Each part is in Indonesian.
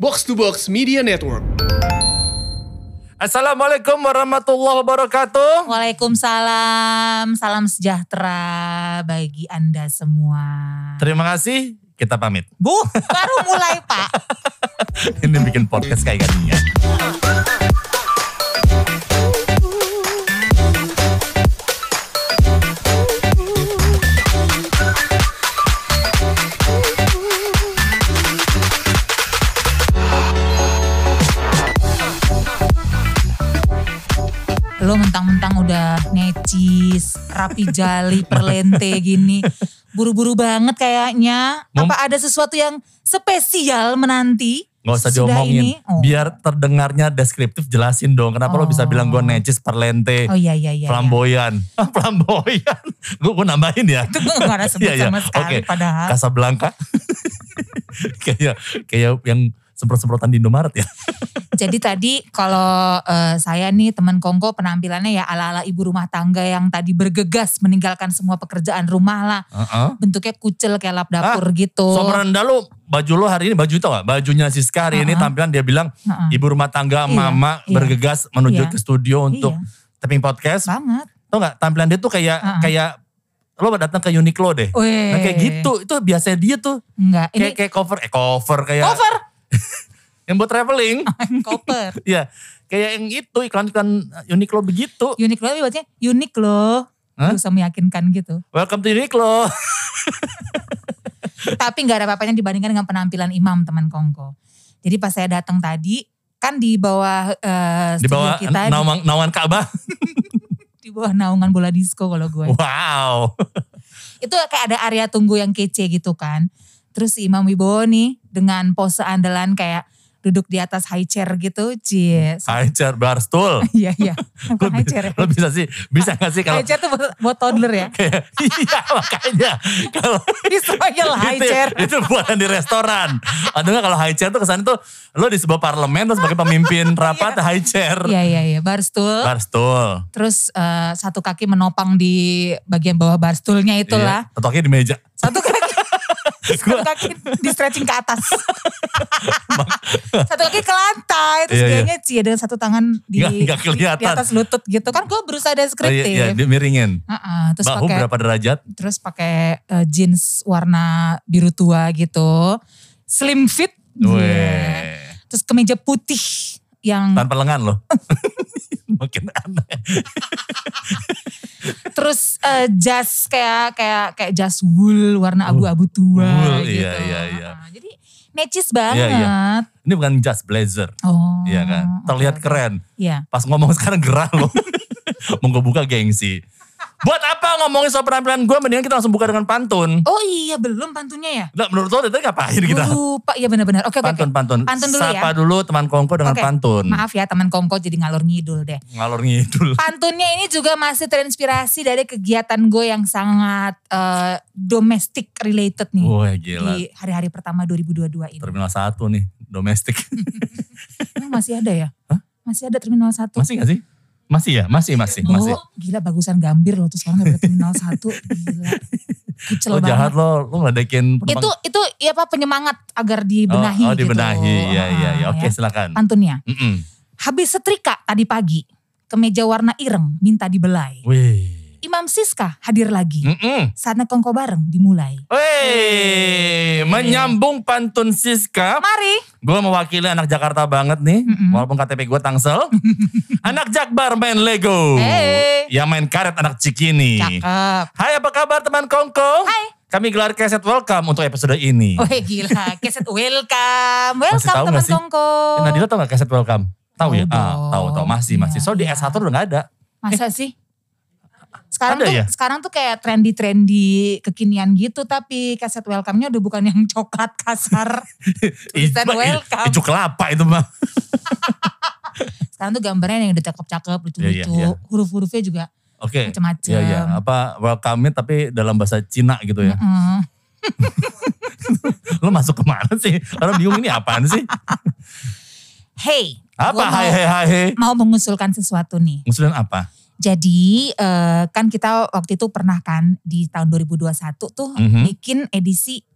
Box to Box Media Network. Assalamualaikum warahmatullahi wabarakatuh. Waalaikumsalam, salam sejahtera bagi Anda semua. Terima kasih, kita pamit. Baru mulai Pak. Ini bikin podcast kayak gini ya. Lo mentang-mentang udah necis, rapi jali, perlente gini. Buru-buru banget kayaknya. Apa ada sesuatu yang spesial menanti? Gak usah Sudah diomongin, ini? Oh. biar terdengarnya deskriptif jelasin dong. Kenapa lo bisa bilang gue necis, perlente, Oh iya. flamboyan. Flamboyan, gue nambahin ya. Itu gue gak ada sebut Iya, sama sekali Oke. padahal. Casablanca. kayak yang semprot-semprotan di Indomaret ya. Jadi tadi kalau saya nih teman Kongko penampilannya ya ala-ala ibu rumah tangga yang tadi bergegas meninggalkan semua pekerjaan rumah lah. Bentuknya kucel kayak lap dapur gitu. Sombong rendah lo, baju lo hari ini, baju itu gak? Bajunya Siska hari ini tampilan dia bilang ibu rumah tangga mama bergegas menuju ke studio untuk tapping podcast. Banget. Tau gak tampilan dia tuh kayak lo datang ke Uniqlo deh. Nah, kayak gitu, itu biasanya dia tuh. Enggak, ini Kayak cover kayak. cover. Yang buat traveling. Cover. Iya, kayak yang itu iklan-iklan Uniqlo begitu. Uniqlo tapi bacanya unik loh. Hah? Bisa meyakinkan gitu. Welcome to Uniqlo. Tapi gak ada apa-apanya dibandingkan dengan penampilan Imam teman Kongko. Jadi pas saya datang tadi, kan di bawah Di studio bawah kita. naungan Ka'bah. Di bawah naungan bola disco kalau gue. Wow. Itu kayak ada area tunggu yang kece gitu kan. Terus si Imam Wibowo nih dengan pose andalan kayak duduk di atas high chair gitu. High chair, barstool. Iya. Bukan high chair ya. Lo bisa gak sih kalau. High chair tuh buat toddler ya. Iya makanya. Kalau Istilahnya lah high chair. Itu buatan di restoran. Atau enggak kalau high chair tuh kesannya tuh lo di sebuah parlemen terus sebagai pemimpin rapat high chair. Iya. Barstool. Barstool. Terus satu kaki menopang di bagian bawah barstoolnya itulah. Iya. Satu kaki di meja. Satu kaki di stretching ke atas. Satu kaki ke lantai. Terus kayaknya dengan satu tangan di atas lutut gitu. Kan gue berusaha deskriptif. Iya, dia miringin. Terus Bahu pakai berapa derajat? Terus pakai jeans warna biru tua gitu. Slim fit. Terus kemeja putih yang tanpa lengan loh. Makin aneh. Terus jas kayak jas wool warna abu-abu tua wool, gitu. Iya. Jadi necis banget. Iya. Ini bukan jas, blazer. Oh. Iya kan. Terlihat keren. Iya. Pas ngomong sekarang gerah loh. Mau gue buka gengsi. Buat apa ngomongin soal penampilan gue, mendingan kita langsung buka dengan pantun. Oh iya, belum pantunnya ya? Nah, menurut lo tadi ngapain kita? Lupa, iya benar-benar. Oke. Pantun. Pantun dulu ya. Sapa dulu teman Kongko dengan pantun. Maaf ya teman Kongko jadi ngalor ngidul deh. Ngalor ngidul. Pantunnya ini juga masih terinspirasi dari kegiatan gue yang sangat domestic related nih. Wah gila. Di hari-hari pertama 2022 ini. Terminal 1 nih, domestik. Emang masih ada ya? Hah? Masih ada Terminal 1? Masih gak sih? Masih ya? Masih. Oh gila bagusan Gambir loh. Terus sekarang gak ada Terminal 1. Gila. Kucel lo banget. jahat lo ngeledekin penumpang. Itu ya apa penyemangat agar dibenahi gitu. Oh dibenahi, iya. Oke silakan. Pantunnya. Habis setrika tadi pagi. Kemeja warna ireng minta dibelai. Wih. Imam Siska hadir lagi. Saatnya Kongko bareng dimulai. Wih, menyambung pantun Siska. Mari. Gue mewakili anak Jakarta banget nih. Walaupun KTP gue Tangsel. Anak Jakbar main Lego. Hey. Yang main karet anak Cikini. Cakep. Hai apa kabar teman Kongko? Hai. Kami gelar keset welcome untuk episode ini. Wih gila, keset welcome. Welcome teman Kongko. Nadila tau gak keset welcome? Tahu ya? Dong. Tahu. Masih. So di S1 udah gak ada. Masa sih? Sekarang tuh kayak trendy kekinian gitu, tapi kaset welcome-nya udah bukan yang coklat kasar. Tulisan welcome. Ijuk kelapa itu mah. Sekarang tuh gambarnya yang udah cakep-cakep, lucu-lucu. Iya. Huruf-hurufnya juga macem-macem. Iya. Apa welcome-nya tapi dalam bahasa Cina gitu ya. Lo masuk kemana sih? Orang bingung ini apaan sih? Hey. Apa hai? Mau mengusulkan sesuatu nih. Ngusulin apa? Jadi kan kita waktu itu pernah kan di tahun 2021 tuh bikin edisi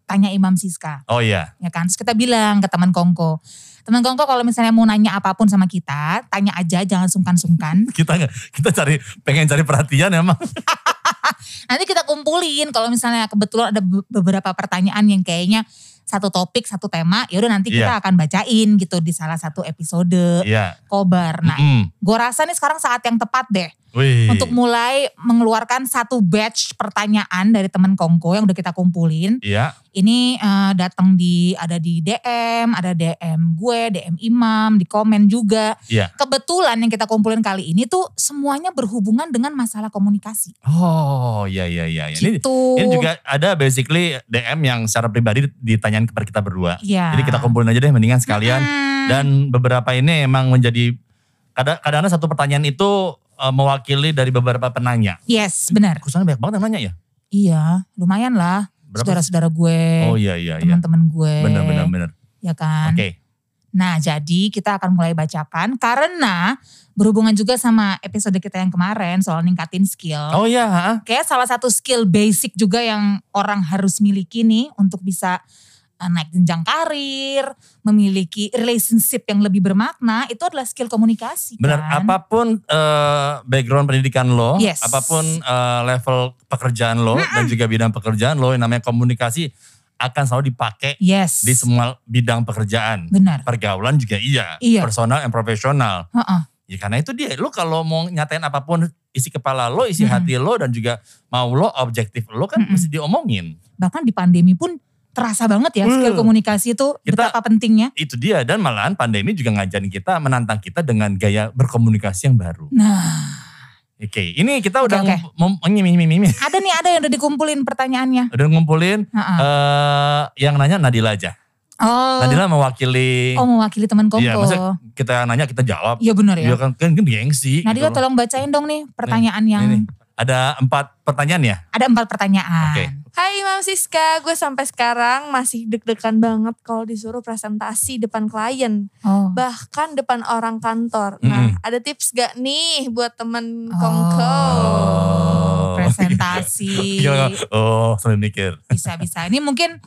tanya Imam Siska. Oh iya. Ya kan, terus kita bilang ke teman Kongko. Teman Kongko kalau misalnya mau nanya apapun sama kita, tanya aja, jangan sungkan-sungkan. Kita pengen cari perhatian emang. Nanti kita kumpulin kalau misalnya kebetulan ada beberapa pertanyaan yang kayaknya satu topik, satu tema, yaudah nanti kita akan bacain gitu di salah satu episode Kobar. Nah, gue rasa nih sekarang saat yang tepat deh. Untuk mulai mengeluarkan satu batch pertanyaan dari teman Kongko yang udah kita kumpulin. Ini ada di DM, ada DM gue, DM Imam, di komen juga. Kebetulan yang kita kumpulin kali ini tuh semuanya berhubungan dengan masalah komunikasi. Oh iya. Gitu. Ini juga ada basically DM yang secara pribadi ditanyain kepada kita berdua. Jadi kita kumpulin aja deh mendingan sekalian. Dan beberapa ini emang menjadi, kadang-kadang satu pertanyaan itu mewakili dari beberapa penanya. Yes, benar. Khususnya banyak banget yang nanya ya? Iya, lumayan lah. Saudara-saudara gue, teman-teman gue. Benar. Ya kan? Oke. Nah, jadi kita akan mulai bacakan karena berhubungan juga sama episode kita yang kemarin soal ningkatin skill. Oh iya. Kayak salah satu skill basic juga yang orang harus miliki nih untuk bisa naik jenjang karir, memiliki relationship yang lebih bermakna, itu adalah skill komunikasi. Benar, kan? Apapun background pendidikan lo, apapun level pekerjaan lo dan juga bidang pekerjaan lo, yang namanya komunikasi akan selalu dipakai di semua bidang pekerjaan. Benar. Pergaulan juga iya. Personal and profesional. Ya karena itu dia, lo kalau mau nyatain apapun isi kepala lo, isi hati lo dan juga mau lo objektif lo kan mesti diomongin. Bahkan di pandemi pun terasa banget ya skill komunikasi itu betapa pentingnya. Itu dia, dan malahan pandemi juga ngajarin kita, menantang kita dengan gaya berkomunikasi yang baru. Nah. Oke, ini kita udah ada yang udah dikumpulin pertanyaannya. Udah ngumpulin, yang nanya Nadila aja. Oh. Nadila mewakili. Mewakili teman Kongko. Iya, maksudnya kita nanya kita jawab. Iya benar ya. Iya kan gengsi. Nadila gitu tolong bacain dong nih pertanyaan yang. Ada 4 pertanyaan ya? Ada 4 pertanyaan. Oke. Hai Imam Siska, gue sampai sekarang masih deg-degan banget kalau disuruh presentasi depan klien. Bahkan depan orang kantor. Nah, ada tips gak nih buat temen Kongko? Presentasi. Sambil mikir. Bisa. Ini mungkin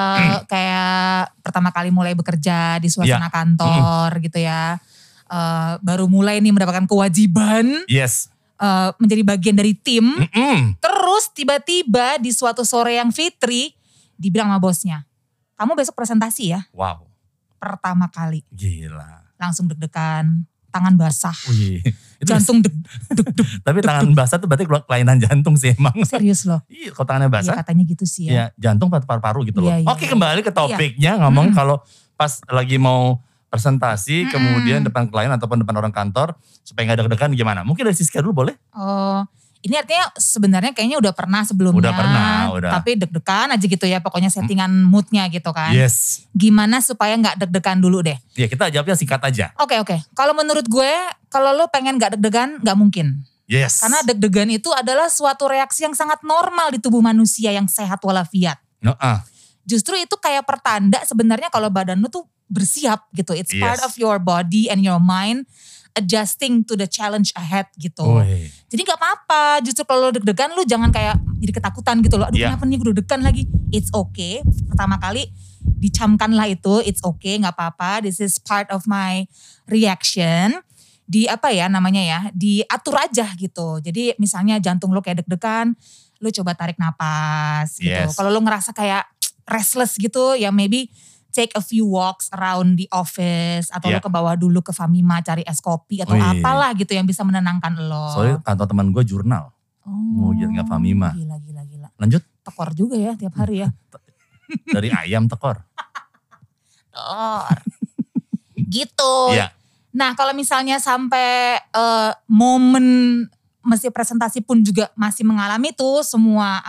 kayak pertama kali mulai bekerja di suasana kantor gitu ya. Baru mulai nih mendapatkan kewajiban. Yes. Menjadi bagian dari tim, terus tiba-tiba di suatu sore yang fitri dibilang sama bosnya, kamu besok presentasi ya. Wow. Pertama kali. Gila. Langsung deg-degan, tangan basah, jantung deg. Tapi tangan basah tuh berarti kelainan jantung sih emang. Serius loh. Iya, kalau tangannya basah. Iya katanya gitu sih ya. Iya, jantung atau paru-paru gitu loh. Oke, kembali ke topiknya, ngomong kalau pas lagi mau presentasi, kemudian depan klien ataupun depan orang kantor, supaya gak deg-degan gimana? Mungkin dari Siska dulu boleh? Ini artinya sebenarnya kayaknya udah pernah sebelumnya. Udah pernah. Tapi deg-degan aja gitu ya, pokoknya settingan moodnya gitu kan. Yes. Gimana supaya gak deg-degan dulu deh? Ya kita jawabnya singkat aja. Oke. Kalau menurut gue, kalau lo pengen gak deg-degan, gak mungkin. Yes. Karena deg-degan itu adalah suatu reaksi yang sangat normal di tubuh manusia yang sehat walafiat. Justru itu kayak pertanda sebenarnya kalau badan lo tuh bersiap gitu. It's part of your body and your mind adjusting to the challenge ahead gitu. Jadi gak apa-apa, justru kalau deg-degan lu jangan kayak jadi ketakutan gitu loh. Aduh kenapa nih gue deg-degan lagi. It's okay, pertama kali dicamkanlah itu, it's okay gak apa-apa. This is part of my reaction. Diatur aja gitu. Jadi misalnya jantung lu kayak deg-degan, lu coba tarik napas gitu. Kalau lu ngerasa kayak restless gitu ya maybe take a few walks around the office atau lo ke bawah dulu ke Famima cari es kopi atau apalah gitu yang bisa menenangkan lo. Soalnya kantor teman gue jurnal. Mau jadi gak Famima. Gila. Lanjut. Tekor juga ya tiap hari ya. Dari ayam tekor. Gitu. Nah kalau misalnya sampai momen mesti presentasi pun juga masih mengalami tuh semua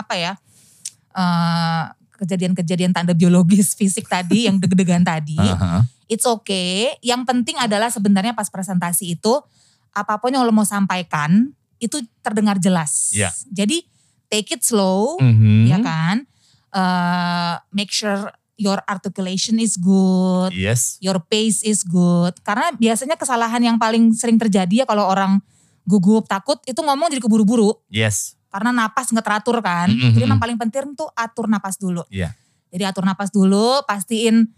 kejadian-kejadian tanda biologis fisik tadi yang deg-degan tadi, it's okay. Yang penting adalah sebenarnya pas presentasi itu apapun yang lo mau sampaikan itu terdengar jelas. Jadi take it slow, ya kan. Make sure your articulation is good, your pace is good. Karena biasanya kesalahan yang paling sering terjadi ya kalau orang gugup takut itu ngomong jadi keburu-buru. Karena napas nggak teratur kan. Jadi yang paling penting tuh atur napas dulu. Jadi atur napas dulu, pastiin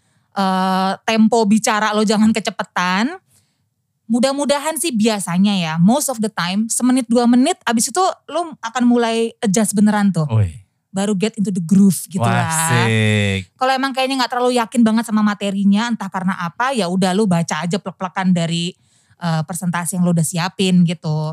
tempo bicara lo jangan kecepetan. Mudah-mudahan sih biasanya ya, most of the time, semenit 2 menit abis itu lo akan mulai adjust beneran tuh. Baru get into the groove gitu lah. Kalau emang kayaknya gak terlalu yakin banget sama materinya, entah karena apa, ya udah lo baca aja plek-plekan dari presentasi yang lo udah siapin gitu.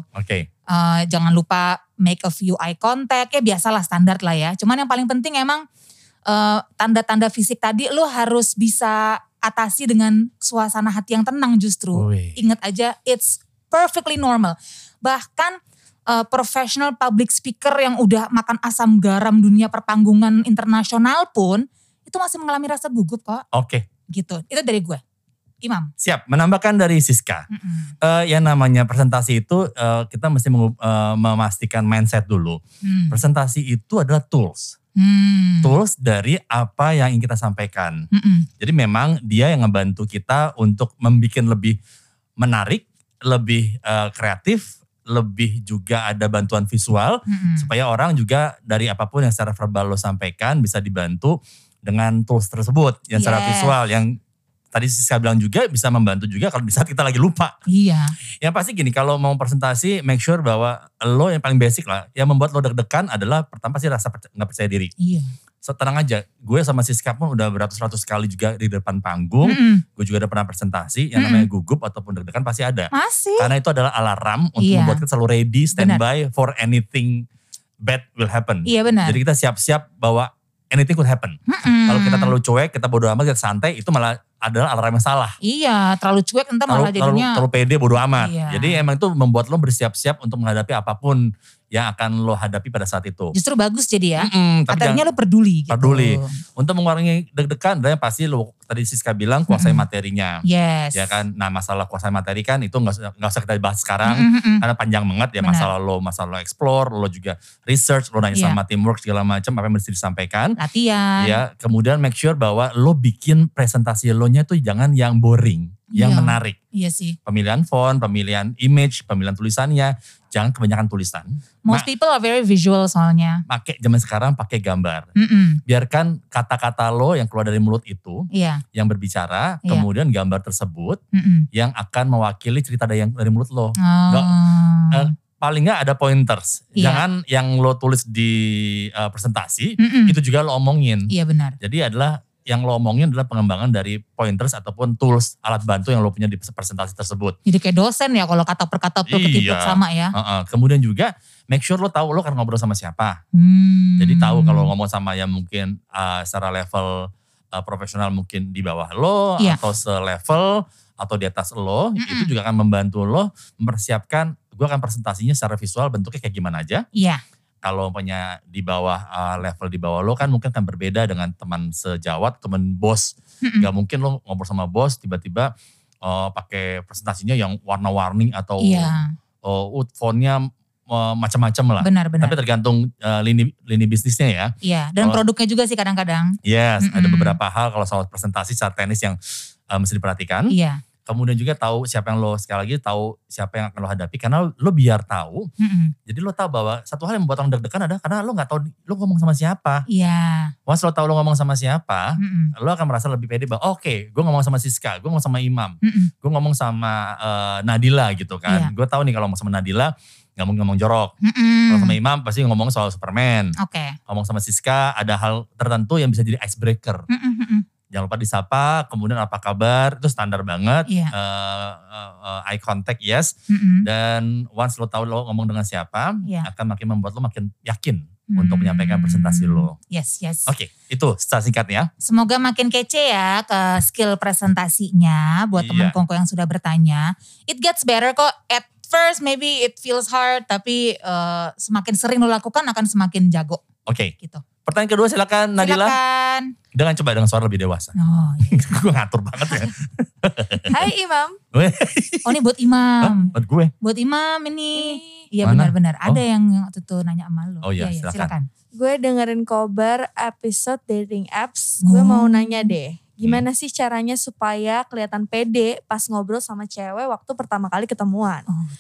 Jangan lupa make a few eye contact, ya biasalah standar lah ya. Cuman yang paling penting emang tanda-tanda fisik tadi lo harus bisa atasi dengan suasana hati yang tenang justru. Ingat aja, it's perfectly normal. Bahkan professional public speaker yang udah makan asam garam dunia perpanggungan internasional pun, itu masih mengalami rasa gugup kok. Gitu, itu dari gue. Imam. Siap, menambahkan dari Siska. Yang namanya presentasi itu kita mesti memastikan mindset dulu. Presentasi itu adalah tools. Tools dari apa yang ingin kita sampaikan. Jadi memang dia yang ngebantu kita untuk membuat lebih menarik, lebih kreatif, lebih juga ada bantuan visual. Supaya orang juga dari apapun yang secara verbal lo sampaikan bisa dibantu dengan tools tersebut. Yang secara visual, yang tadi Siska bilang juga bisa membantu juga kalau di saat kita lagi lupa. Yang pasti gini, kalau mau presentasi make sure bahwa lo yang paling basic lah, yang membuat lo deg-degan adalah pertama sih rasa gak percaya diri. So, tenang aja, gue sama Siska pun udah beratus-ratus kali juga di depan panggung. Gue juga udah pernah presentasi, yang namanya gugup ataupun deg-degan pasti ada. Karena itu adalah alarm untuk membuat kita selalu ready, standby for anything bad will happen. Jadi kita siap-siap bahwa anything could happen. Kalau kita terlalu cuek, kita bodo amat, kita santai, itu malah adalah alarm yang salah. Terlalu cuek entar malah jadinya. Terlalu pede, bodo amat. Jadi emang itu membuat lo bersiap-siap untuk menghadapi apapun yang akan lo hadapi pada saat itu. Justru bagus jadi ya. Artinya lo peduli gitu. Untuk mengurangi deg-degan, dan pasti lo tadi Siska bilang kuasai materinya. Ya kan, nah masalah kuasai materi kan itu gak usah kita bahas sekarang. Karena panjang banget ya. Masalah lo explore, lo juga research, lo nanya sama teamwork segala macam apa yang mesti disampaikan. Latihan. Ya, kemudian make sure bahwa lo bikin presentasi lo nya tuh jangan yang boring, yang menarik. Pemilihan font, pemilihan image, pemilihan tulisannya, jangan kebanyakan tulisan. Most people are very visual soalnya. Zaman sekarang pakai gambar. Biarkan kata-kata lo yang keluar dari mulut itu, yang berbicara, kemudian gambar tersebut yang akan mewakili cerita dari mulut lo. Paling nggak ada pointers. Jangan yang lo tulis di presentasi, itu juga lo omongin. Benar. Jadi yang lo omongin adalah pengembangan dari pointers ataupun tools, alat bantu yang lo punya di presentasi tersebut. Jadi kayak dosen ya kalau kata per kata tuh ketiplek sama ya. Kemudian juga make sure lo tahu lo kan ngobrol sama siapa. Jadi tahu kalau ngomong sama yang mungkin secara level profesional mungkin di bawah lo atau selevel atau di atas lo, itu juga akan membantu lo mempersiapkan gue akan presentasinya secara visual bentuknya kayak gimana aja. Kalau punya di bawah level di bawah lo kan mungkin akan berbeda dengan teman sejawat, teman bos. Gak mungkin lo ngobrol sama bos tiba-tiba pakai presentasinya yang warna-warni atau fontnya macam-macam lah. Benar. Tapi tergantung lini bisnisnya ya. Dan produknya juga sih kadang-kadang. Ada beberapa hal kalau soal presentasi secara teknis yang mesti diperhatikan. Kemudian juga tahu siapa yang lo, sekali lagi tahu siapa yang akan lo hadapi. Karena lo biar tahu, jadi lo tahu bahwa satu hal yang membuat orang deg-degan adalah karena lo gak tahu lo ngomong sama siapa. Once lo tahu lo ngomong sama siapa, lo akan merasa lebih pede bahwa oke, gue ngomong sama Siska, gue ngomong sama Imam, gue ngomong sama Nadila gitu kan. Gue tahu nih kalau ngomong sama Nadila, gak mau ngomong jorok. Kalau sama Imam pasti ngomong soal Superman. Ngomong sama Siska ada hal tertentu yang bisa jadi icebreaker. Jangan lupa disapa, kemudian apa kabar, itu standar banget. Eye contact dan once lo tahu lo ngomong dengan siapa, akan makin membuat lo makin yakin untuk menyampaikan presentasi lo. Oke, itu secara singkatnya. Semoga makin kece ya ke skill presentasinya buat teman Kongko yang sudah bertanya. It gets better kok. At first maybe it feels hard, tapi semakin sering lo lakukan akan semakin jago. Gitu. Pertanyaan kedua silakan Nadila. Coba dengan suara lebih dewasa. Gue ngatur banget ya. Hai Imam. Ini buat Imam. Buat gue? Buat Imam ini. Iya benar-benar. Ada yang waktu itu nanya sama lo. Silakan. Gue dengerin Kobar episode dating apps. Gue mau nanya deh. Gimana sih caranya supaya kelihatan pede pas ngobrol sama cewek waktu pertama kali ketemuan?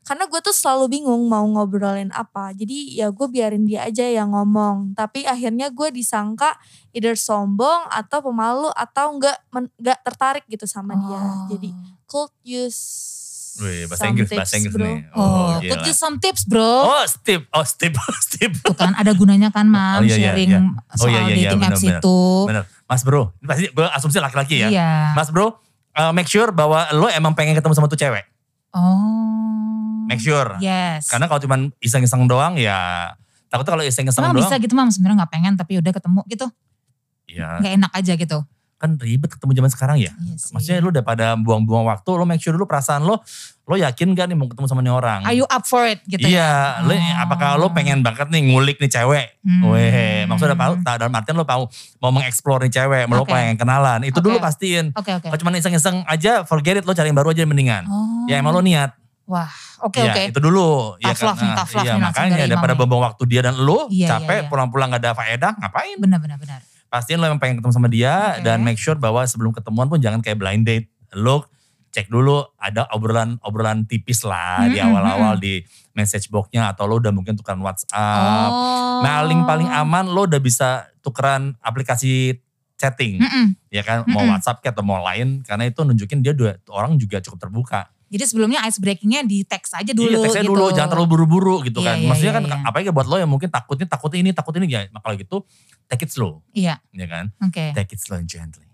Karena gue tuh selalu bingung mau ngobrolin apa. Jadi ya gue biarin dia aja yang ngomong. Tapi akhirnya gue disangka either sombong atau pemalu atau nggak tertarik gitu sama dia. Jadi could use bahasa Inggris bro. nih. Could use some tips bro. Tip. Tuh kan ada gunanya kan mam sharing soal dating apps itu. Bener. Mas bro, ini pasti gue asumsi laki-laki ya. Iya. Mas bro, make sure bahwa lo emang pengen ketemu sama tuh cewek. Make sure. Yes. Karena kalau cuma iseng-iseng doang ya, takutnya kalau iseng-iseng doang. Emang bisa gitu mam, sebenarnya gak pengen tapi udah ketemu gitu. Iya. Gak enak aja gitu. Kan ribet ketemu zaman sekarang ya. Iya maksudnya lu daripada buang-buang waktu, lo make sure dulu perasaan lo yakin gak nih mau ketemu sama nih orang. Are you up for it gitu ya? Iya, apakah lo pengen banget nih ngulik nih cewek. Maksudnya dalam artian lo mau mengeksplor nih cewek, lo pengen kenalan. Itu dulu pastiin. Kalau cuma iseng-iseng aja, forget it, lo cari yang baru aja mendingan. Ya emang lo niat. Wah, oke. Itu dulu. Tough love nih iya, makanya daripada buang waktu dia dan lo capek, pulang-pulang gak ada faedah, ngapain? Benar. Pastiin lo yang pengen ketemu sama dia dan make sure bahwa sebelum ketemuan pun jangan kayak blind date. Lo cek dulu ada obrolan tipis lah di awal-awal di message box-nya atau lo udah mungkin tukeran WhatsApp. Paling aman lo udah bisa tukeran aplikasi chatting. Ya kan, mau WhatsApp atau mau lain karena itu nunjukin dia orang juga cukup terbuka. Jadi sebelumnya ice breakingnya di teks aja dulu. Iya, teksnya gitu. dulu, jangan terlalu buru-buru gitu kan. Maksudnya kan apalagi buat lo yang mungkin takut ini ya. Kalau gitu take it slow. Iya. Ya kan? Oke. Take it slow and gently.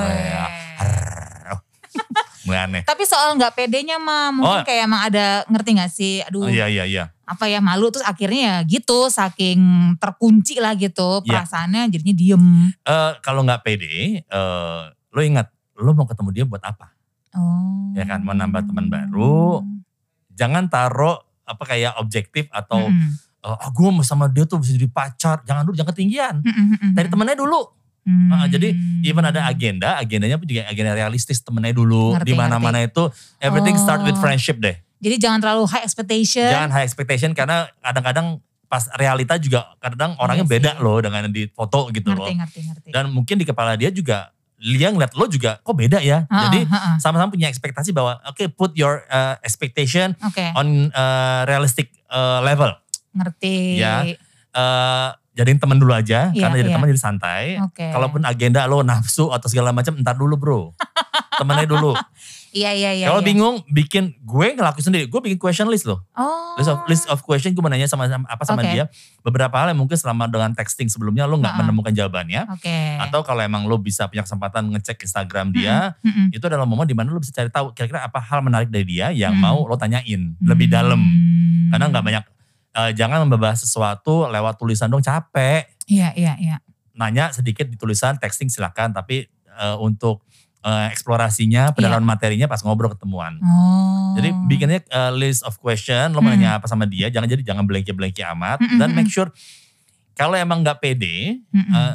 Mulai aneh. Tapi soal gak pedenya mah mungkin kayak emang ada, ngerti gak sih? Aduh. Iya. Apa ya, malu terus akhirnya ya gitu, saking terkunci lah gitu perasaannya jadinya diem. Kalau gak pede, lo ingat lo mau ketemu dia buat apa? Ya kan, mau nambah teman baru, jangan taruh kayak objektif atau gue mau sama dia tuh bisa jadi pacar, jangan ketinggian. Dari temennya dulu. Jadi even ada agendanya pun juga agenda realistis, temennya dulu. Di mana-mana itu everything start with friendship deh. Jadi jangan terlalu high expectation. Jangan high expectation karena kadang-kadang pas realita juga kadang orangnya beda loh dengan di foto gitu loh. Ngerti. Dan mungkin di kepala dia juga dia ngeliat lo juga kok beda ya. Jadi sama-sama punya ekspektasi bahwa put your expectation on realistic level. Ngerti. Ya. Jadiin teman dulu aja karena jadi teman jadi santai. Kalaupun agenda lo nafsu atau segala macam entar dulu bro. Temennya dulu. Iya. Kalau bingung gue ngelakuin sendiri. Gue bikin question list loh. List of question gue mau nanya sama dia. Beberapa hal yang mungkin selama dengan texting sebelumnya lo gak menemukan jawabannya. Atau kalau emang lo bisa punya kesempatan ngecek Instagram dia. Itu adalah momen dimana lo bisa cari tahu kira-kira apa hal menarik dari dia yang mau lo tanyain lebih dalam. Karena gak banyak, jangan membahas sesuatu lewat tulisan dong, capek. Iya. Nanya sedikit di tulisan, texting silakan. Tapi untuk eksplorasinya, pendalaman materinya pas ngobrol ketemuan. Jadi bikinnya list of question, lo mau nanya apa sama dia, jangan blanky amat. Dan make sure, kalau emang gak pede,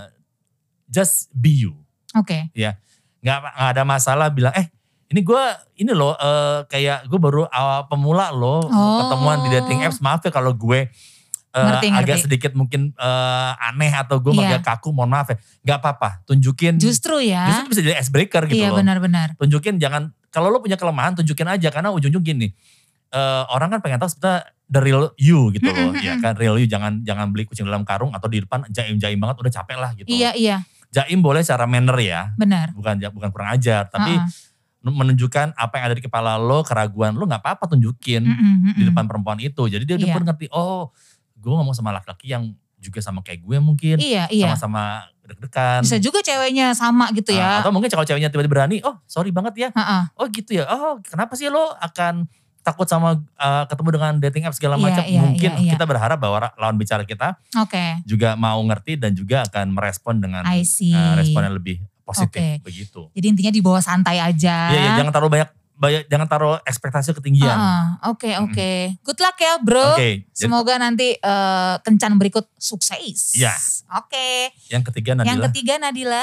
just be you. Ya, gak ada masalah bilang, ini loh kayak gue baru awal pemula loh, ketemuan di dating apps, maaf ya kalau gue ngerti. agak sedikit mungkin aneh atau gue agak kaku, mohon maaf ya. Gak apa-apa, tunjukin. Justru bisa jadi icebreaker gitu loh. Iya benar-benar. Tunjukin, jangan, kalau lo punya kelemahan tunjukin aja. Karena ujung-ujung gini, orang kan pengen tahu sebetulnya the real you gitu loh. Ya kan, real you, jangan beli kucing dalam karung atau di depan jaim-jaim banget udah capek lah gitu. Iya. Jaim boleh secara manner ya. Benar. Bukan kurang ajar, tapi menunjukkan apa yang ada di kepala lo, keraguan lo gak apa-apa tunjukin di depan perempuan itu. Jadi dia pun ngerti, gue ngomong sama laki-laki yang juga sama kayak gue mungkin. Iya. Sama-sama deg-degan. Bisa juga ceweknya sama gitu ya. Atau mungkin kalau ceweknya tiba-tiba berani, sorry banget ya. Oh gitu ya, kenapa sih lo akan takut sama ketemu dengan dating app segala macam. Mungkin kita berharap bahwa lawan bicara kita juga mau ngerti dan juga akan merespon dengan respon yang lebih positif. Begitu. Jadi intinya dibawa santai aja. Iya, jangan terlalu banyak, jangan taruh ekspektasi ketinggian. Oke. Good luck ya bro. Semoga nanti kencan berikut sukses. Iya. Oke. Yang ketiga Nadila.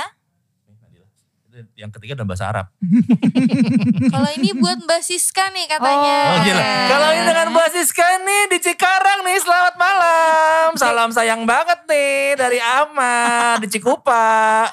Yang ketiga dalam bahasa Arab. Kalau ini buat Mbak Siska nih katanya. Gila. Kalau ini dengan Mbak Siska nih di Cikarang nih, selamat malam. salam sayang banget nih dari Ama di Cikupa.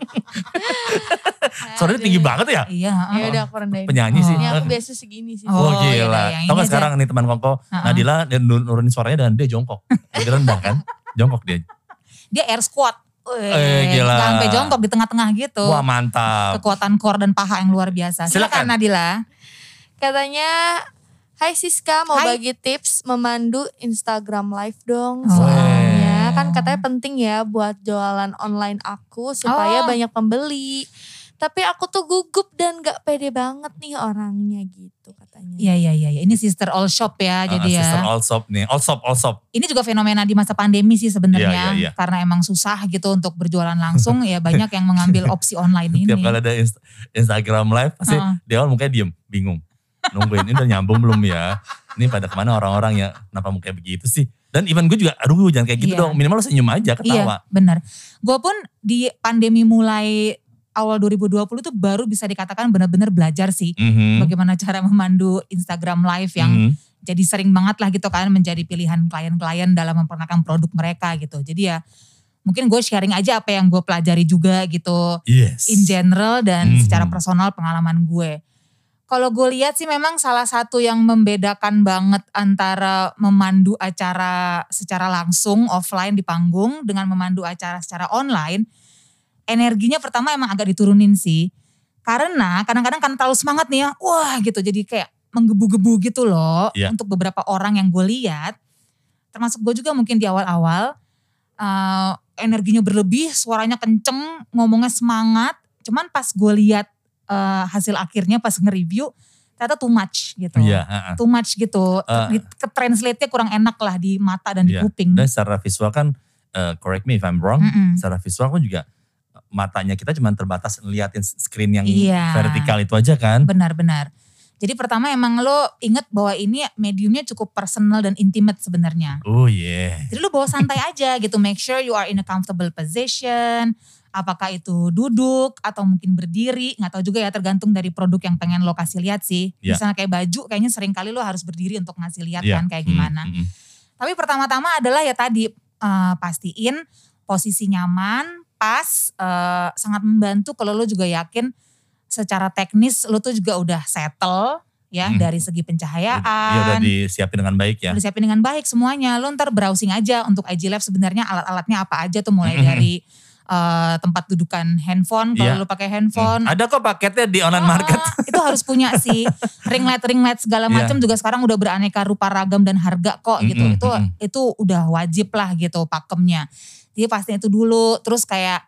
Suaranya tinggi banget ya? Iya. Ya udah aku rendahin. Penyanyi sih. Ya aku biasa segini sih. Oh gila. Tahu gak sekarang nih teman Kongko, Nadila dia nurunin suaranya dan dia jongkok. Dia rendah kan? Jongkok dia. Dia air squat. Gila. Sampai jongkok di tengah-tengah gitu. Wah mantap. Kekuatan core dan paha yang luar biasa. Silakan Nadila. Katanya, hai Siska, mau bagi tips memandu Instagram live dong. Kan katanya penting ya buat jualan online aku supaya banyak pembeli. Tapi aku tuh gugup dan gak pede banget nih orangnya gitu katanya. Iya. Ini sister all shop ya jadi ya. Sister all shop nih, all shop. Ini juga fenomena di masa pandemi sih sebenarnya. Iya. Karena emang susah gitu untuk berjualan langsung ya banyak yang mengambil opsi online ini. Tiap kali ada Instagram live pasti di awal mukanya diem, bingung. Nungguin ini udah nyambung belum ya. Ini pada kemana orang-orang ya, kenapa mukanya begitu sih. Dan even gue juga, aduh jangan kayak gitu dong. Minimal lo senyum aja, ketawa. Iya benar. Gue pun di pandemi mulai awal 2020 tuh baru bisa dikatakan benar-benar belajar sih. Bagaimana cara memandu Instagram live yang jadi sering banget lah gitu kan. Menjadi pilihan klien-klien dalam memperkenalkan produk mereka gitu. Jadi ya mungkin gue sharing aja apa yang gue pelajari juga gitu. In general dan secara personal pengalaman gue. Kalau gue lihat sih memang salah satu yang membedakan banget antara memandu acara secara langsung offline di panggung dengan memandu acara secara online, energinya pertama emang agak diturunin sih. Karena kadang-kadang kan terlalu semangat nih ya, wah gitu jadi kayak menggebu-gebu gitu loh. Untuk beberapa orang yang gue lihat, termasuk gue juga mungkin di awal-awal, energinya berlebih, suaranya kenceng, ngomongnya semangat. Cuman pas gue lihat hasil akhirnya pas nge-review ternyata too much gitu. Too much gitu. Translate-nya kurang enak lah di mata dan di kuping. Dan secara visual kan, correct me if I'm wrong, secara visual kan juga matanya kita cuma terbatas ngeliatin screen yang vertikal itu aja kan. Benar-benar. Jadi pertama emang lo inget bahwa ini mediumnya cukup personal dan intimate sebenarnya. Jadi lo bawa santai aja gitu, make sure you are in a comfortable position. Apakah itu duduk atau mungkin berdiri, gak tahu juga ya tergantung dari produk yang pengen lo kasih lihat sih. Misalnya kayak baju kayaknya sering kali lo harus berdiri untuk ngasih lihat kan kayak gimana. Tapi pertama-tama adalah ya tadi pastiin posisi nyaman, pas, sangat membantu kalau lo juga yakin secara teknis lo tuh juga udah settle ya dari segi pencahayaan. Iya udah disiapin dengan baik ya. Udah disiapin dengan baik semuanya. Lo ntar browsing aja untuk IG Live sebenarnya alat-alatnya apa aja tuh mulai dari tempat dudukan handphone kalau lo pakai handphone. Ada kok paketnya di online market. Itu harus punya sih. Ring light segala macam juga sekarang udah beraneka rupa ragam dan harga kok gitu. Itu udah wajib lah gitu pakemnya. Jadi pasti itu dulu. Terus kayak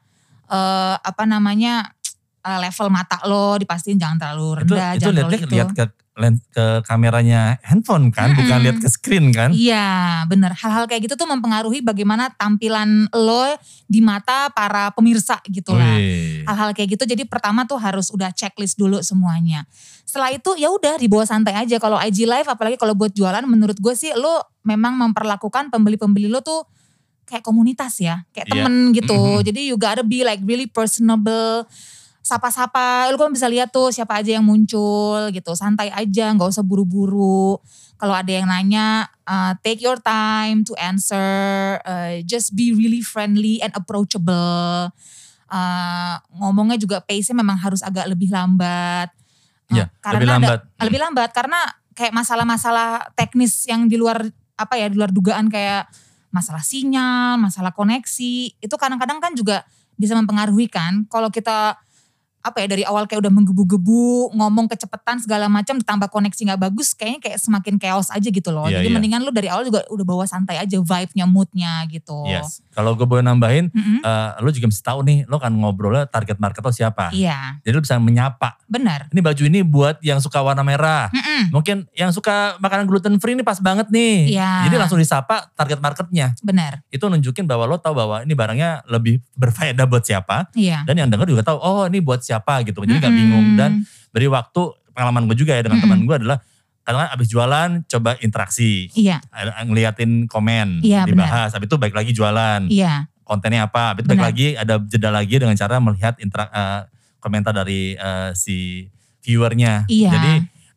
level mata lo dipastiin jangan terlalu rendah. Itu lihat ke kameranya handphone kan, bukan lihat ke screen kan. Iya benar, hal-hal kayak gitu tuh mempengaruhi bagaimana tampilan lo di mata para pemirsa gitu lah. Hal-hal kayak gitu jadi pertama tuh harus udah checklist dulu semuanya. Setelah itu ya udah dibawa santai aja. Kalau IG Live apalagi kalau buat jualan menurut gue sih lo memang memperlakukan pembeli-pembeli lo tuh kayak komunitas ya, kayak temen gitu. Jadi you gotta be like really personable. Sapa-sapa, lu kan bisa lihat tuh siapa aja yang muncul gitu. Santai aja, gak usah buru-buru. Kalau ada yang nanya, take your time to answer. Just be really friendly and approachable. Ngomongnya juga pace-nya memang harus agak lebih lambat. Lebih lambat. Karena kayak masalah-masalah teknis yang di luar di luar dugaan kayak masalah sinyal, masalah koneksi. Itu kadang-kadang kan juga bisa mempengaruhi kan. Kalau kita dari awal kayak udah menggebu-gebu, ngomong kecepatan segala macam, ditambah koneksi gak bagus, kayaknya kayak semakin chaos aja gitu loh. Jadi mendingan lu dari awal juga udah bawa santai aja vibe-nya, mood-nya gitu. Kalau gue boleh nambahin, lu juga mesti tahu nih, lu kan ngobrolnya target market lo siapa. Jadi lu bisa menyapa. Benar. Ini baju ini buat yang suka warna merah. Mungkin yang suka makanan gluten free ini pas banget nih. Jadi langsung disapa target marketnya. Benar. Itu nunjukin bahwa lo tahu bahwa ini barangnya lebih berfaedah buat siapa. Dan yang denger juga tahu, oh ini buat siapa gitu. Jadi gak bingung. Dan beri waktu, pengalaman gue juga ya dengan teman gue adalah, kadang-kadang abis jualan coba interaksi. Ngeliatin komen, dibahas. Habis itu balik lagi jualan. Kontennya apa. Habis itu balik lagi ada jeda lagi dengan cara melihat komentar dari si viewernya. Jadi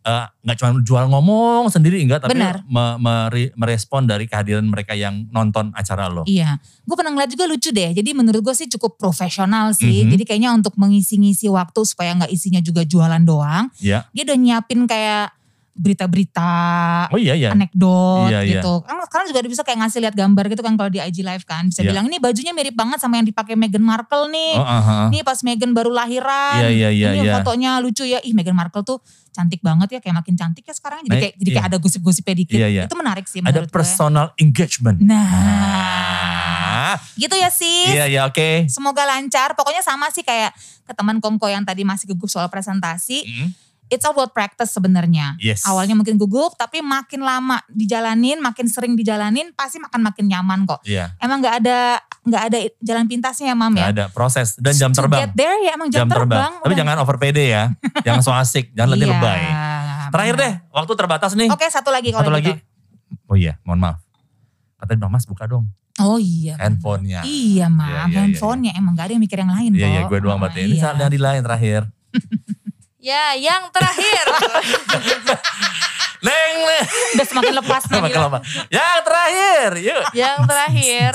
nggak cuma jual ngomong sendiri enggak, tapi merespon dari kehadiran mereka yang nonton acara lo. Iya, gue pernah ngeliat juga lucu deh. Jadi menurut gue sih cukup profesional sih. Jadi kayaknya untuk mengisi-ngisi waktu supaya nggak isinya juga jualan doang. Dia udah nyiapin kayak berita-berita, anekdot gitu. Kan sekarang juga bisa kayak ngasih lihat gambar gitu kan kalau di IG Live kan. Bisa bilang ini bajunya mirip banget sama yang dipakai Meghan Markle nih. Nih pas Meghan baru lahiran. Ini fotonya lucu ya. Ih Meghan Markle tuh cantik banget ya, kayak makin cantik ya sekarang. Jadi kayak ada gosip-gosipnya dikit. Itu menarik sih menurut gue. Ada personal engagement. Nah, gitu ya sih. Iya, oke. Semoga lancar. Pokoknya sama sih kayak ke teman Kongko yang tadi masih gugup soal presentasi. It's all about practice sebenarnya. Awalnya mungkin gugup, tapi makin lama dijalanin, makin sering dijalanin, pasti makin nyaman kok. Emang nggak ada jalan pintasnya ya, Mam ya. Nggak ada proses dan jam terbang. To get there ya emang jam terbang. Tapi jangan over pede ya, jangan so asik, jangan letih lebay. Terakhir deh, waktu terbatas nih. Oke, satu lagi kalau gitu. Oh iya, mohon maaf. Katanya Bang Mas buka dong. Oh iya. Handphonenya. Iya, Mam. Handphonenya emang gak ada yang mikir yang lain kok. Iya, gue doang berarti. Ini saat yang di lain terakhir. Ya, yang terakhir. Neng. Udah semakin lepas nih. Yang terakhir, yuk. Yang terakhir.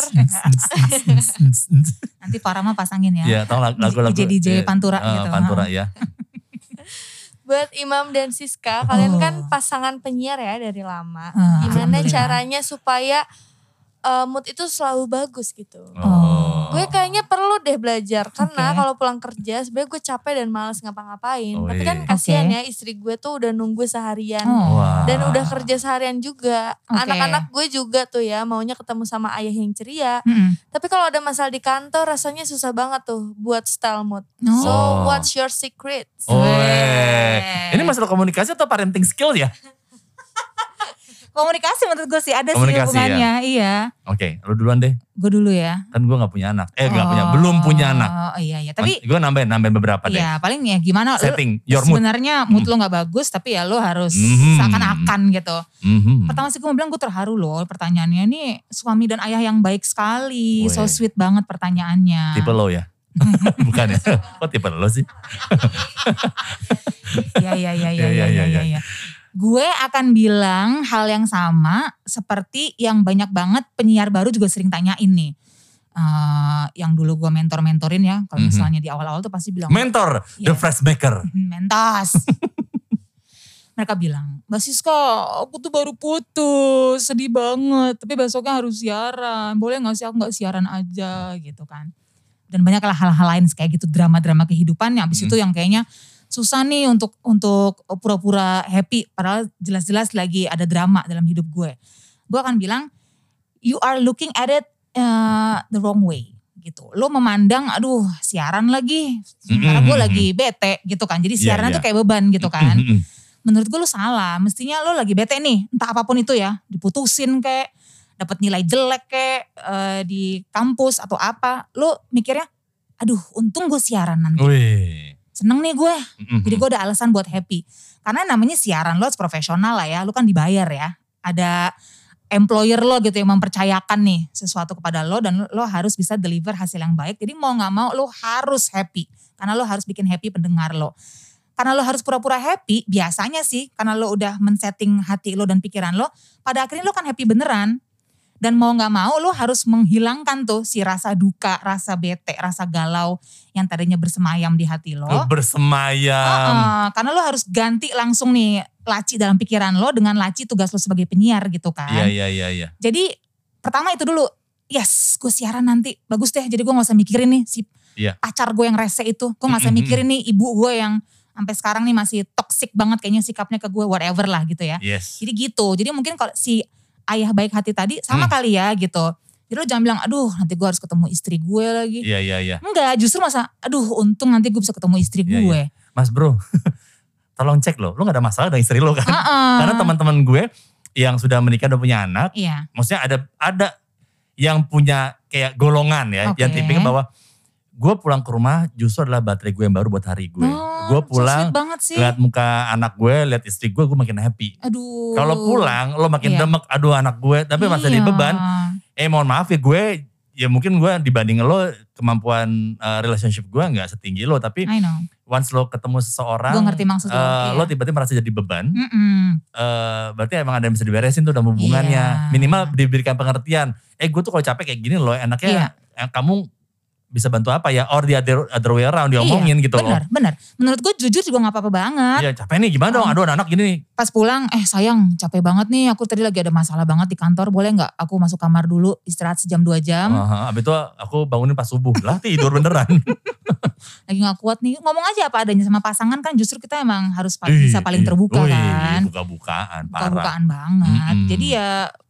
Nanti Pak Rama pasangin ya. Iya, tahu lagu-lagu. DJ Pantura gitu. Pantura ya. Buat Imam dan Siska, kalian kan pasangan penyiar ya dari lama. Gimana caranya supaya mood itu selalu bagus gitu. Gue kayaknya perlu deh belajar. Karena kalau pulang kerja sebenarnya gue capek dan malas ngapa-ngapain. Tapi kan kasihan ya istri gue tuh udah nunggu seharian. Dan udah kerja seharian juga. Anak-anak gue juga tuh ya maunya ketemu sama ayah yang ceria. Tapi kalau ada masalah di kantor rasanya susah banget tuh buat style mood. So what's your secret? Ini masalah komunikasi atau parenting skill ya? Komunikasi menurut gue sih ada sih hubungannya, iya. Oke, lu duluan deh. Gue dulu ya. Kan gue gak punya anak, belum punya anak. Oh iya, tapi. Gue nambahin beberapa deh. Iya paling ya gimana. Setting, your mood. Sebenarnya mood lo gak bagus tapi ya lo harus seakan-akan gitu. Pertama sih gue mau bilang gue terharu loh pertanyaannya. Ini suami dan ayah yang baik sekali, so sweet banget pertanyaannya. Tipe lo ya? Bukan ya? Kok tipe lo sih? Iya. Gue akan bilang hal yang sama seperti yang banyak banget penyiar baru juga sering tanyain nih. Yang dulu gue mentorin ya. Kalau misalnya di awal-awal tuh pasti bilang. Mentor, the fresh maker. Mentas. Mereka bilang, Mbak Siska aku tuh baru putus, sedih banget. Tapi besoknya harus siaran, boleh gak sih aku gak siaran aja gitu kan. Dan banyaklah hal-hal lain kayak gitu, drama-drama kehidupan yang abis itu yang kayaknya susah nih untuk pura-pura happy padahal jelas-jelas lagi ada drama dalam hidup gue. Gue akan bilang you are looking at it the wrong way gitu. Lo memandang aduh siaran lagi, sementara gue lagi bete gitu kan. Jadi siaran tuh kayak beban gitu kan. Menurut gue lo salah, mestinya lo lagi bete nih entah apapun itu ya. Diputusin kayak, dapat nilai jelek kayak di kampus atau apa. Lo mikirnya aduh untung gue siaran nanti. Seneng nih gue, jadi gue ada alasan buat happy. Karena namanya siaran lo profesional lah ya, lo kan dibayar ya. Ada employer lo gitu yang mempercayakan nih sesuatu kepada lo dan lo harus bisa deliver hasil yang baik. Jadi mau gak mau lo harus happy, karena lo harus bikin happy pendengar lo. Karena lo harus pura-pura happy, biasanya sih karena lo udah men-setting hati lo dan pikiran lo, pada akhirnya lo kan happy beneran. Dan mau gak mau lo harus menghilangkan tuh si rasa duka, rasa bete, rasa galau yang tadinya bersemayam di hati lo. Bersemayam. Karena lo harus ganti langsung nih laci dalam pikiran lo dengan laci tugas lo sebagai penyiar gitu kan. Iya. Jadi pertama itu dulu, yes gue siaran nanti bagus deh. Jadi gue gak usah mikirin nih si pacar gue yang rese itu. Gue gak usah mikirin nih ibu gue yang sampai sekarang nih masih toxic banget kayaknya sikapnya ke gue, whatever lah gitu ya. Yes. Jadi gitu, jadi mungkin kalau si ayah baik hati tadi sama kali ya gitu. Jadi lo jangan bilang aduh nanti gue harus ketemu istri gue lagi. Iya. Enggak, justru masa aduh untung nanti gue bisa ketemu istri gue. Mas bro, tolong cek lo gak ada masalah dengan istri lo kan. Karena teman-teman gue yang sudah menikah udah punya anak. Maksudnya ada yang punya kayak golongan ya. Yang tipikal bahwa gue pulang ke rumah justru adalah baterai gue yang baru buat hari gue. Gue pulang lihat muka anak gue, lihat istri gue makin happy. Kalau pulang lo makin demek, aduh anak gue, tapi masih jadi beban. Mohon maaf ya gue ya mungkin gue dibanding lo kemampuan relationship gue gak setinggi lo. Tapi once lo ketemu seseorang, gue ngerti maksud lo tiba-tiba merasa jadi beban. Berarti emang ada yang bisa diberesin tuh dalam hubungannya. Minimal diberikan pengertian. Gue tuh kalau capek kayak gini loh, enaknya kamu bisa bantu apa ya, or the other way around diomongin gitu loh. Bener. Menurut gue jujur juga gak apa-apa banget. Iya capek nih gimana dong, aduh anak gini nih. Pas pulang, sayang capek banget nih, aku tadi lagi ada masalah banget di kantor, boleh gak aku masuk kamar dulu istirahat sejam 2 jam. Abis itu aku bangunin pas subuh, lah tidur beneran. Lagi gak kuat nih, ngomong aja apa adanya sama pasangan kan justru kita emang harus bisa paling terbuka kan. Buka-bukaan, parah. Buka-bukaan banget, jadi ya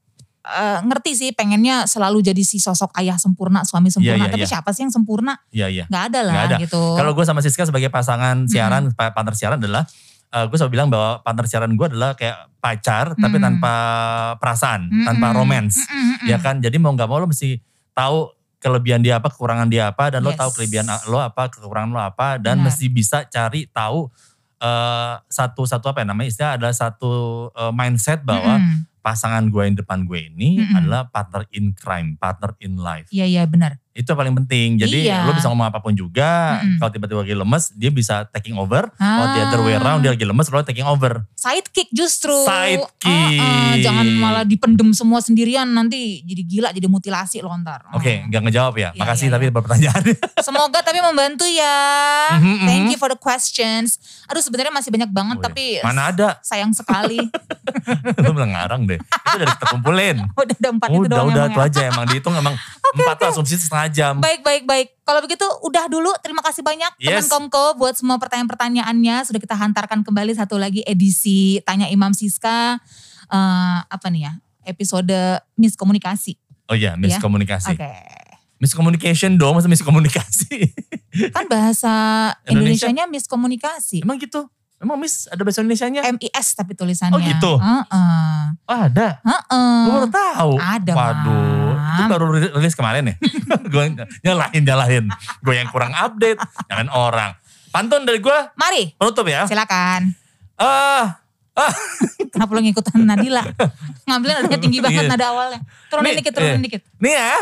ngerti sih pengennya selalu jadi si sosok ayah sempurna, suami sempurna, tapi siapa sih yang sempurna? Gak ada lah gitu. Kalau gue sama Siska sebagai pasangan siaran, partner siaran adalah, gue selalu bilang bahwa partner siaran gue adalah kayak pacar, tapi tanpa perasaan, tanpa romance. Ya kan, jadi mau gak mau lo mesti tahu kelebihan dia apa, kekurangan dia apa, dan lo tahu kelebihan lo apa, kekurangan lo apa, dan mesti bisa cari tahu satu apa ya namanya, istilah adalah satu mindset bahwa pasangan gue yang depan gue ini adalah partner in crime, partner in life. Iya benar. Itu paling penting. Jadi lo bisa ngomong apapun juga. Kalau tiba-tiba lagi lemes, dia bisa taking over. Kalau the other way around, dia lagi lemes, lo taking over. Sidekick justru. Sidekick. Jangan malah dipendem semua sendirian, nanti jadi gila, jadi mutilasi lo ntar. Oke, gak ngejawab ya. Makasih tapi berpertanyaan. Semoga tapi membantu ya. Thank you for the questions. Aduh sebenarnya masih banyak banget tapi. Mana ada. Sayang sekali. Lo bilang ngarang deh. Itu udah kita kumpulin. Udah ada 4 itu doang. Udah itu aja emang dihitung emang 4 tuh asumsi setengah jam. Baik. Kalau begitu udah dulu, terima kasih banyak teman Komko buat semua pertanyaan-pertanyaannya. Sudah kita hantarkan kembali satu lagi edisi Tanya Imam Siska. Apa nih ya, episode miskomunikasi. Oh iya, miskomunikasi. Oke. Miscommunication dong, masa miskomunikasi. Kan bahasa Indonesianya miskomunikasi. Emang gitu? Emang ada bahasa Indonesianya? MIS tapi tulisannya. Oh gitu? Ada? Gue baru tahu. Ada. Waduh, itu baru rilis kemarin ya? Gue nyalahin. Gue yang kurang update, nyalahin orang. Pantun dari gue. Mari. Penutup ya. Silakan. Kenapa lo ngikutan Nadila? Ngambilnya nadanya tinggi banget nada awalnya. Turunin dikit. Nih ya.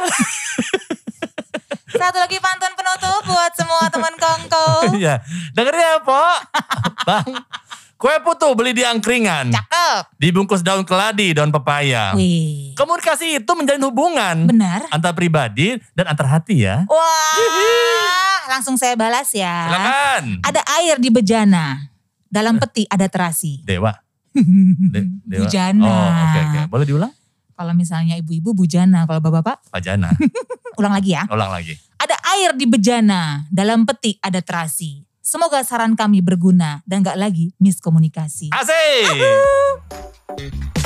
Satu lagi pantun penutup buat semua teman Kongko. Iya. Dengerin ya, Po. Bang. Kue putu beli di angkringan. Cakep. Dibungkus daun keladi, daun pepaya. Wih. Komunikasi itu menjalin hubungan. Benar. Antar pribadi dan antar hati ya. Wah. Langsung saya balas ya. Silakan. Ada air di bejana. Dalam peti ada terasi. Dewa. Bujana. Oh oke. Boleh diulang? Kalau misalnya ibu-ibu bujana, kalau bapak-bapak? Pajana. Ulang lagi ya. Ulang lagi. Ada air di bejana, dalam peti ada terasi. Semoga saran kami berguna dan gak lagi miskomunikasi. Asik!